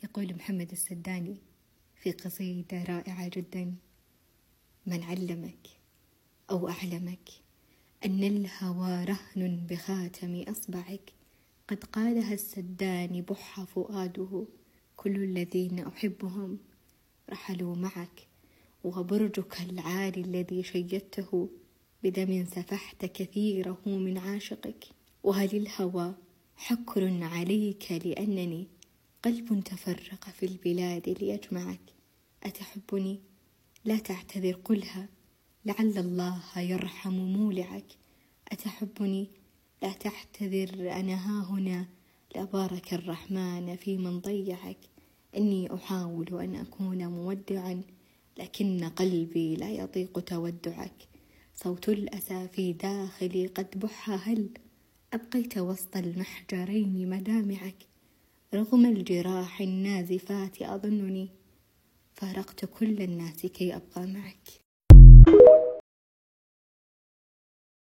يقول محمد السداني في قصيدة رائعة جدا: من علمك أو أعلمك أن الهوى رهن بخاتم أصبعك؟ قد قالها السداني بح فؤاده، كل الذين أحبهم رحلوا معك، وبرجك العالي الذي شيدته بدم سفحت كثيره من عاشقك. وهل الهوى حكر عليك لأنني قلب تفرق في البلاد ليجمعك؟ أتحبني؟ لا تعتذر، قلها لعل الله يرحم مولعك. أتحبني؟ لا تعتذر، أنا ها هنا، لا بارك الرحمن في من ضيعك. إني أحاول أن أكون مودعا، لكن قلبي لا يطيق تودعك. صوت الأسى في داخلي قد بح، هل أبقيت وسط المحجرين مدامعك؟ رغم الجراح النازفات أظنني فارقت كل الناس كي أبقى معك.